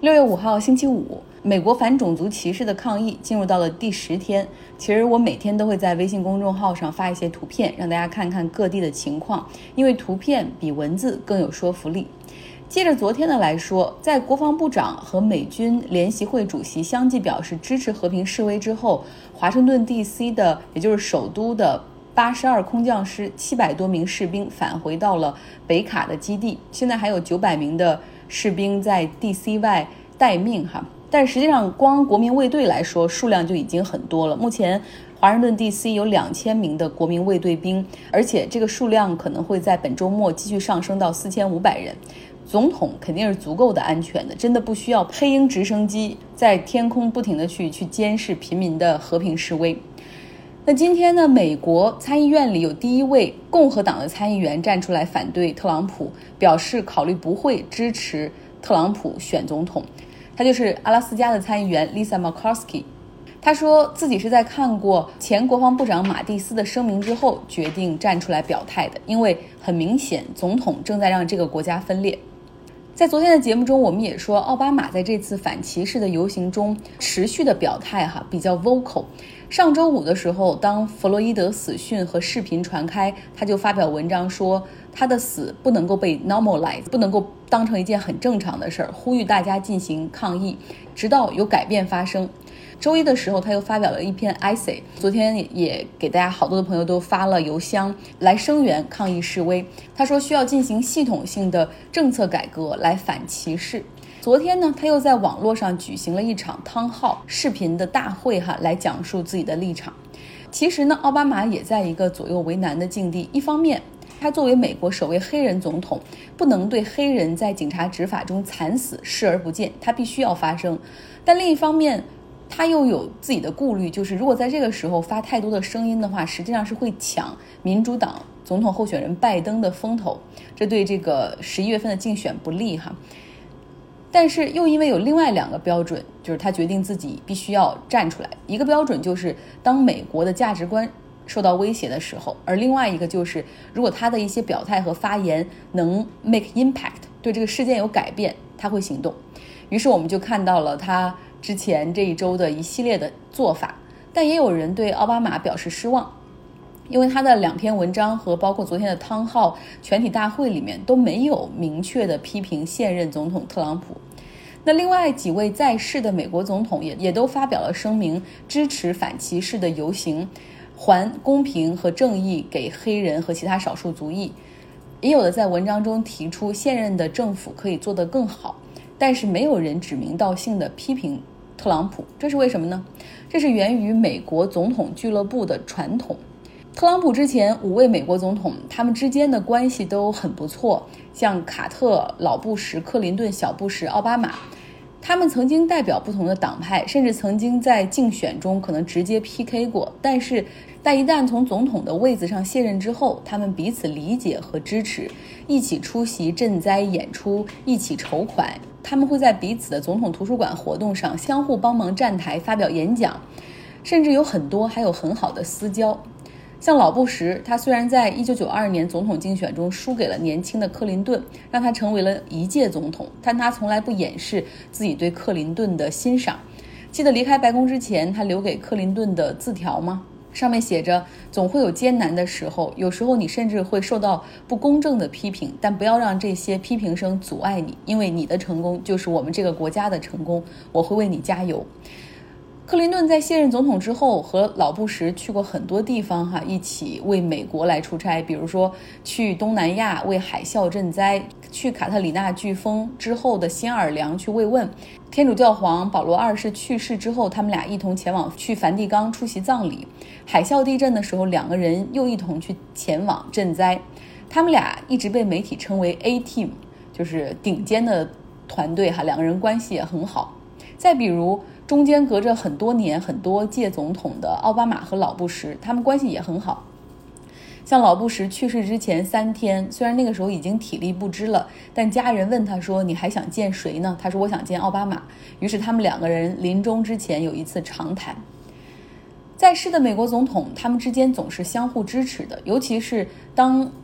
6月5号星期五，美国反种族歧视的抗议进入到了第10天。其实我每天都会在微信公众号上发一些图片，让大家看看各地的情况，因为图片比文字更有说服力。接着昨天的来说，在国防部长和美军联席会主席相继表示支持和平示威之后，华盛顿 DC 的，也就是首都的82空降师700多名士兵返回到了北卡的基地，现在还有900名的士兵在 DC 外待命哈。但实际上光国民卫队来说数量就已经很多了，目前华盛顿 DC 有2000名的国民卫队兵，而且这个数量可能会在本周末继续上升到4500人。总统肯定是足够的安全的，真的不需要黑鹰直升机在天空不停的去监视平民的和平示威。那今天呢，美国参议院里有第一位共和党的参议员站出来反对特朗普，表示考虑不会支持特朗普选总统。他就是阿拉斯加的参议员 Lisa Murkowski。他说自己是在看过前国防部长马蒂斯的声明之后决定站出来表态的，因为很明显总统正在让这个国家分裂。在昨天的节目中，我们也说奥巴马在这次反歧视的游行中持续的表态比较 vocal。上周五的时候，当弗洛伊德死讯和视频传开，他就发表文章说他的死不能够被 normalize， 不能够当成一件很正常的事儿，呼吁大家进行抗议，直到有改变发生。周一的时候，他又发表了一篇 essay， 昨天也给大家好多的朋友都发了邮箱来声援抗议示威。他说需要进行系统性的政策改革来反歧视。昨天呢，他又在网络上举行了一场汤浩视频的大会来讲述自己的立场。其实呢，奥巴马也在一个左右为难的境地，一方面他作为美国首位黑人总统，不能对黑人在警察执法中惨死视而不见，他必须要发声。但另一方面他又有自己的顾虑，就是如果在这个时候发太多的声音的话，实际上是会抢民主党总统候选人拜登的风头，这对这个11月份的竞选不利哈。但是又因为有另外2个标准，就是他决定自己必须要站出来。一个标准就是当美国的价值观受到威胁的时候，而另外一个就是如果他的一些表态和发言能 make impact， 对这个事件有改变，他会行动。于是我们就看到了他之前这一周的一系列的做法。但也有人对奥巴马表示失望，因为他的2篇文章和包括昨天的汤浩全体大会里面都没有明确的批评现任总统特朗普。那另外几位在世的美国总统也都发表了声明，支持反歧视的游行，还公平和正义给黑人和其他少数族裔。也有的在文章中提出现任的政府可以做得更好，但是没有人指名道姓的批评特朗普。这是为什么呢？这是源于美国总统俱乐部的传统。特朗普之前5位美国总统，他们之间的关系都很不错，像卡特、老布什、克林顿、小布什、奥巴马，他们曾经代表不同的党派，甚至曾经在竞选中可能直接 PK 过。但一旦从总统的位子上卸任之后，他们彼此理解和支持，一起出席赈灾演出，一起筹款。他们会在彼此的总统图书馆活动上相互帮忙站台发表演讲，甚至有很多还有很好的私交。像老布什，他虽然在1992年总统竞选中输给了年轻的克林顿，让他成为了1届总统，但他从来不掩饰自己对克林顿的欣赏。记得离开白宫之前，他留给克林顿的字条吗？上面写着，总会有艰难的时候，有时候你甚至会受到不公正的批评，但不要让这些批评声阻碍你，因为你的成功就是我们这个国家的成功，我会为你加油。克林顿在卸任总统之后，和老布什去过很多地方一起为美国来出差，比如说去东南亚为海啸赈灾，去卡特里娜飓风之后的新奥尔良去慰问，天主教皇保罗2世去世之后，他们俩一同前往去梵蒂冈出席葬礼，海啸地震的时候2个人又一同去前往赈灾。他们俩一直被媒体称为 A team， 就是顶尖的团队2个人关系也很好。再比如中间隔着很多年很多届总统的奥巴马和老布什，他们关系也很好。像老布什去世之前3天，虽然那个时候已经体力不支了，但家人问他说你还想见谁呢？他说我想见奥巴马。于是他们2个人临终之前有一次长谈。在世的美国总统，他们之间总是相互支持的，尤其是当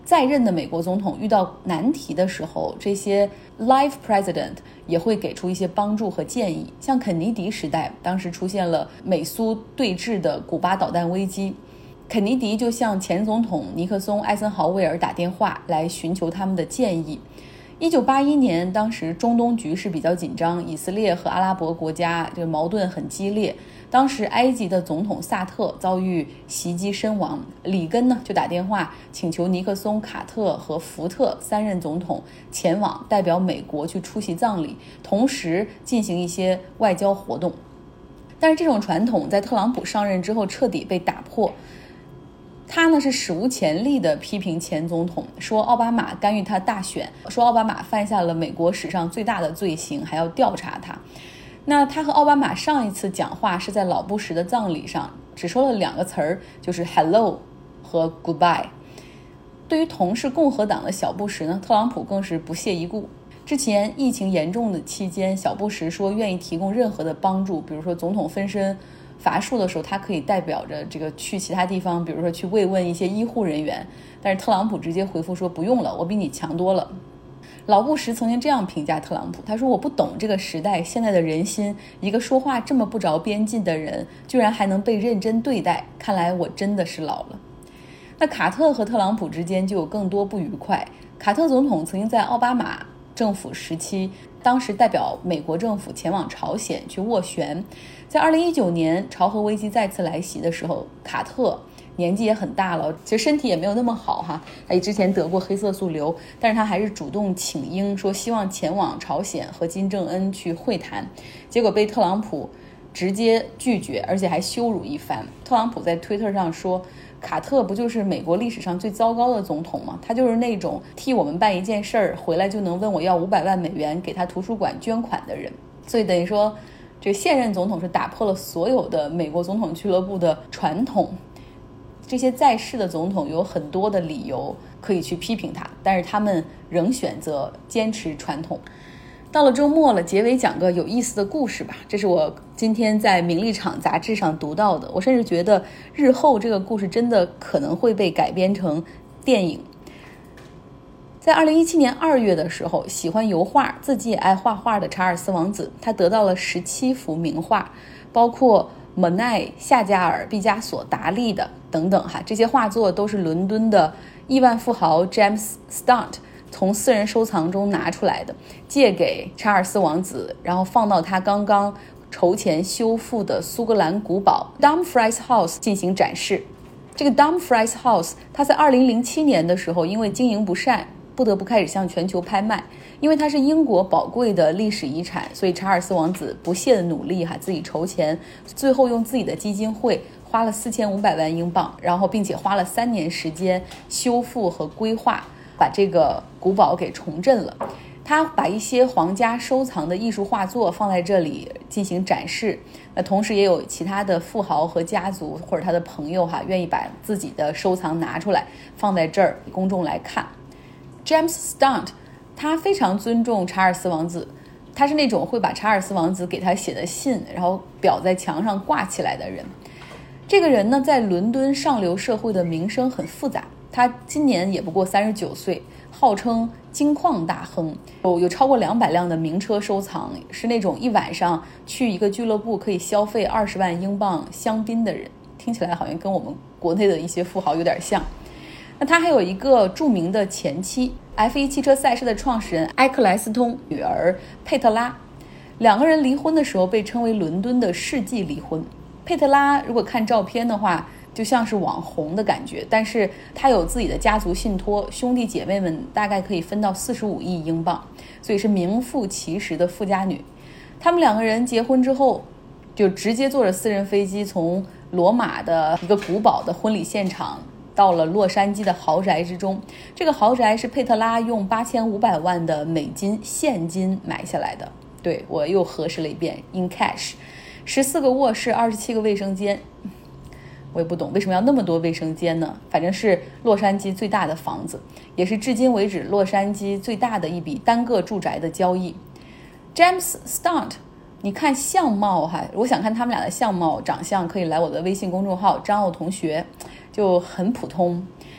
在任的美国总统遇到难题的时候，这些 life president 也会给出一些帮助和建议。像肯尼迪时代，当时出现了美苏对峙的古巴导弹危机，肯尼迪就向前总统尼克松、艾森豪威尔打电话来寻求他们的建议。1981年，当时中东局势比较紧张，以色列和阿拉伯国家这个矛盾很激烈。当时埃及的总统萨特遭遇袭击身亡，里根呢就打电话请求尼克松、卡特和福特3任总统前往，代表美国去出席葬礼，同时进行一些外交活动。但是这种传统在特朗普上任之后彻底被打破。他呢是史无前例的批评前总统，说奥巴马干预他大选，说奥巴马犯下了美国史上最大的罪行，还要调查他。那他和奥巴马上一次讲话是在老布什的葬礼上，只说了2个词儿，就是 hello 和 goodbye。对于同是共和党的小布什呢，特朗普更是不屑一顾。之前疫情严重的期间，小布什说愿意提供任何的帮助，比如说总统分身乏术的时候，他可以代表着这个去其他地方，比如说去慰问一些医护人员。但是特朗普直接回复说不用了，我比你强多了。老布什曾经这样评价特朗普，他说我不懂这个时代现在的人心，一个说话这么不着边际的人居然还能被认真对待，看来我真的是老了。那卡特和特朗普之间就有更多不愉快。卡特总统曾经在奥巴马政府时期，当时代表美国政府前往朝鲜去斡旋。在2019年朝核危机再次来袭的时候，卡特年纪也很大了，其实身体也没有那么好哈，他之前得过黑色素瘤，但是他还是主动请缨，说希望前往朝鲜和金正恩去会谈，结果被特朗普直接拒绝，而且还羞辱一番。特朗普在推特上说，卡特不就是美国历史上最糟糕的总统吗？他就是那种替我们办一件事儿回来就能问我要500万美元给他图书馆捐款的人。所以等于说这现任总统是打破了所有的美国总统俱乐部的传统。这些在世的总统有很多的理由可以去批评他，但是他们仍选择坚持传统。到了周末了，结尾讲个有意思的故事吧。这是我今天在《名利场》杂志上读到的，我甚至觉得日后这个故事真的可能会被改编成电影。在2017年2月的时候，喜欢油画、自己也爱画画的查尔斯王子，他得到了17幅名画，包括莫奈、夏加尔、毕加索、达利的等等哈，这些画作都是伦敦的亿万富豪 James Stunt 从私人收藏中拿出来的，借给查尔斯王子，然后放到他刚刚筹钱修复的苏格兰古堡 Dumfries House 进行展示。这个 Dumfries House 它在2007年的时候因为经营不善，不得不开始向全球拍卖。因为它是英国宝贵的历史遗产，所以查尔斯王子不懈的努力自己筹钱，最后用自己的基金会花了4500万英镑，然后并且花了3年时间修复和规划，把这个古堡给重振了。他把一些皇家收藏的艺术画作放在这里进行展示，那同时也有其他的富豪和家族或者他的朋友愿意把自己的收藏拿出来放在这儿公众来看。 James Stunt 他非常尊重查尔斯王子，他是那种会把查尔斯王子给他写的信然后裱在墙上挂起来的人。这个人呢，在伦敦上流社会的名声很复杂，他今年也不过39岁，号称金矿大亨，有超过200辆的名车收藏，是那种一晚上去一个俱乐部可以消费20万英镑香槟的人，听起来好像跟我们国内的一些富豪有点像。那他还有一个著名的前妻， F1 汽车赛事的创始人埃克莱斯通女儿佩特拉，两个人离婚的时候被称为伦敦的世纪离婚。佩特拉如果看照片的话就像是网红的感觉，但是她有自己的家族信托，兄弟姐妹们大概可以分到45亿英镑，所以是名副其实的富家女。他们两个人结婚之后就直接坐着私人飞机从罗马的一个古堡的婚礼现场到了洛杉矶的豪宅之中。这个豪宅是佩特拉用8500万的美金现金买下来的，对，我又核实了一遍 in cash。 14个卧室，27个卫生间，我也不懂为什么要那么多卫生间呢，反正是洛杉矶最大的房子，也是至今为止洛杉矶最大的一笔单个住宅的交易。 James Stunt 你看相貌我想看他们俩的相貌长相，可以来我的微信公众号张奥同学，就很普通。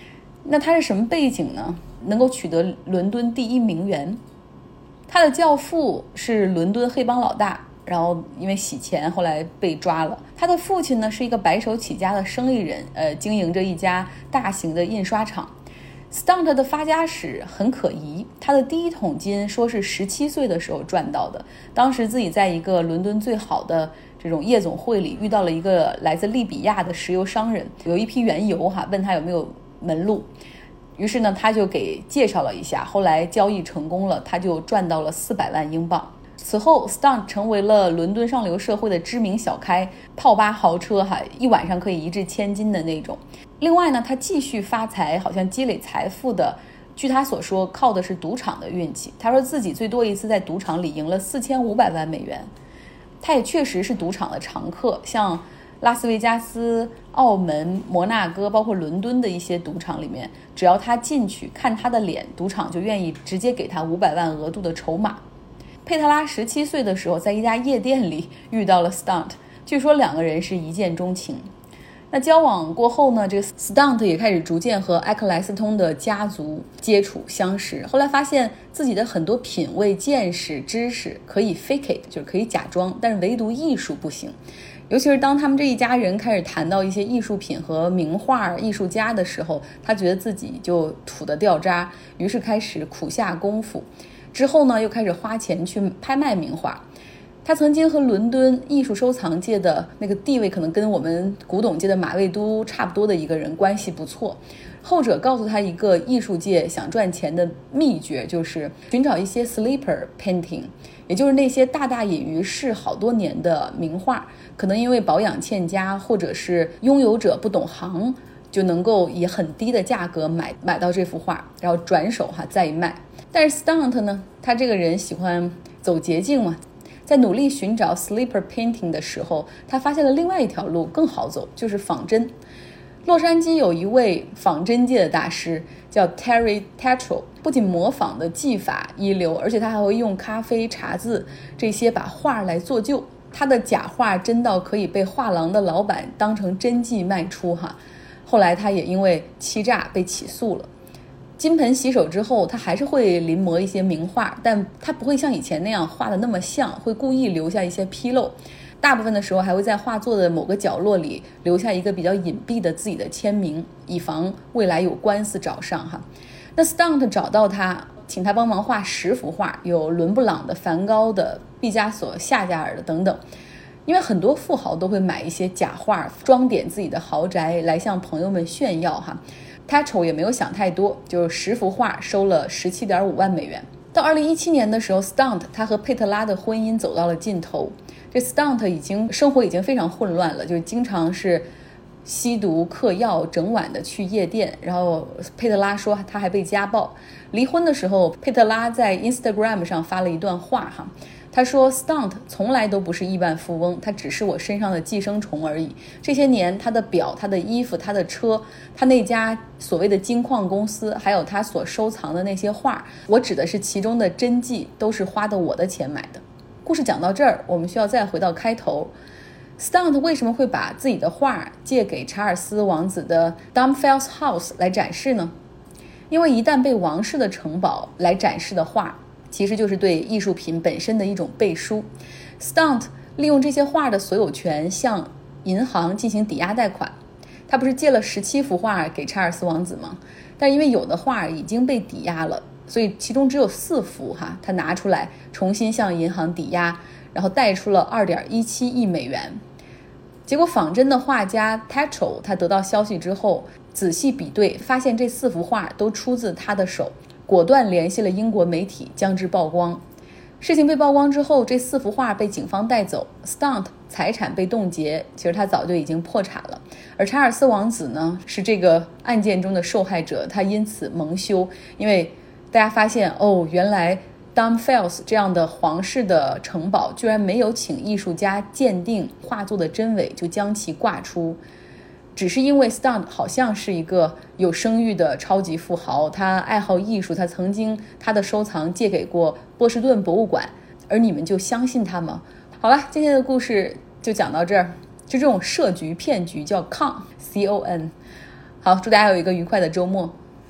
那他是什么背景呢？能够取得伦敦第一名媛。他的教父是伦敦黑帮老大，然后因为洗钱后来被抓了。他的父亲呢是一个白手起家的生意人，经营着一家大型的印刷厂。Stunt 的发家史很可疑，他的第一桶金说是17岁的时候赚到的，当时自己在一个伦敦最好的这种夜总会里遇到了一个来自利比亚的石油商人，有一批原油问他有没有门路，于是呢他就给介绍了一下，后来交易成功了，他就赚到了400万英镑。此后 Stunt 成为了伦敦上流社会的知名小开，泡吧豪车一晚上可以1掷千金的那种。另外呢，他继续发财，好像积累财富的，据他所说靠的是赌场的运气。他说自己最多一次在赌场里赢了4500万美元。他也确实是赌场的常客，像拉斯维加斯、澳门、摩纳哥包括伦敦的一些赌场里面，只要他进去看他的脸，赌场就愿意直接给他500万额度的筹码。佩特拉17岁的时候在一家夜店里遇到了 Stunt， 据说2个人是一见钟情。那交往过后呢，这个 Stunt 也开始逐渐和埃克莱斯通的家族接触相识，后来发现自己的很多品味、见识、知识可以 fake it， 就是可以假装，但是唯独艺术不行。尤其是当他们这一家人开始谈到一些艺术品和名画、艺术家的时候，他觉得自己就土得掉渣，于是开始苦下功夫。之后呢，又开始花钱去拍卖名画。他曾经和伦敦艺术收藏界的那个地位可能跟我们古董界的马未都差不多的一个人关系不错。后者告诉他一个艺术界想赚钱的秘诀，就是寻找一些 sleeper painting， 也就是那些大大隐于世好多年的名画，可能因为保养欠佳或者是拥有者不懂行，就能够以很低的价格买到这幅画，然后转手再卖。但是 Stunt 呢，他这个人喜欢走捷径嘛，在努力寻找 sleeper painting 的时候，他发现了另外一条路更好走，就是仿真。洛杉矶有一位仿真界的大师叫 Terry Tatchell， 不仅模仿的技法一流，而且他还会用咖啡、茶渍这些把画来做旧。他的假画真到可以被画廊的老板当成真迹卖出后来他也因为欺诈被起诉了。金盆洗手之后，他还是会临摹一些名画，但他不会像以前那样画的那么像，会故意留下一些纰漏。大部分的时候还会在画作的某个角落里留下一个比较隐蔽的自己的签名，以防未来有官司找上那 Stunt 找到他，请他帮忙画10幅画，有伦布朗的、梵高的、毕加索、夏加尔的等等。因为很多富豪都会买一些假画装点自己的豪宅来向朋友们炫耀Tatchell 也没有想太多，就是10幅画收了17.5万美元。到2017年的时候 Stunt 他和佩特拉的婚姻走到了尽头。这 Stunt 生活已经非常混乱了，就经常是吸毒嗑药，整晚的去夜店，然后佩特拉说他还被家暴。离婚的时候，佩特拉在 Instagram 上发了一段话他说 Stunt 从来都不是亿万富翁，他只是我身上的寄生虫而已。这些年他的表、他的衣服、他的车，他那家所谓的金矿公司，还有他所收藏的那些画，我指的是其中的真迹，都是花的我的钱买的。故事讲到这儿，我们需要再回到开头。Stunt 为什么会把自己的画借给查尔斯王子的 Dumfries House 来展示呢？因为一旦被王室的城堡来展示的画，其实就是对艺术品本身的一种背书。Stunt 利用这些画的所有权向银行进行抵押贷款。他不是借了17幅画给查尔斯王子吗？但因为有的画已经被抵押了，所以其中只有4幅他拿出来重新向银行抵押，然后贷出了2.17亿美元。结果仿真的画家 Tatchell 他得到消息之后，仔细比对，发现这4幅画都出自他的手，果断联系了英国媒体将之曝光。事情被曝光之后，这4幅画被警方带走， Stunt 财产被冻结，其实他早就已经破产了。而查尔斯王子呢，是这个案件中的受害者，他因此蒙羞，因为大家发现原来Dumfries 这样的皇室的城堡居然没有请艺术家鉴定画作的真伪，就将其挂出。只是因为 Stunt 好像是一个有声誉的超级富豪，他爱好艺术，他曾经他的收藏借给过波士顿博物馆，而你们就相信他吗？好了，今天的故事就讲到这儿。就这种设局骗局叫 con。 好，祝大家有一个愉快的周末。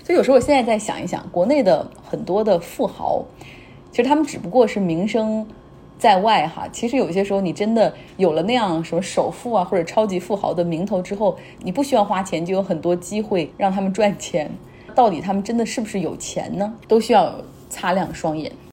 所以有时候我现在在想一想，国内的很多的富豪，其实他们只不过是名声在外哈。其实有些时候你真的有了那样什么首富啊或者超级富豪的名头之后，你不需要花钱就有很多机会让他们赚钱。到底他们真的是不是有钱呢？都需要擦亮双眼。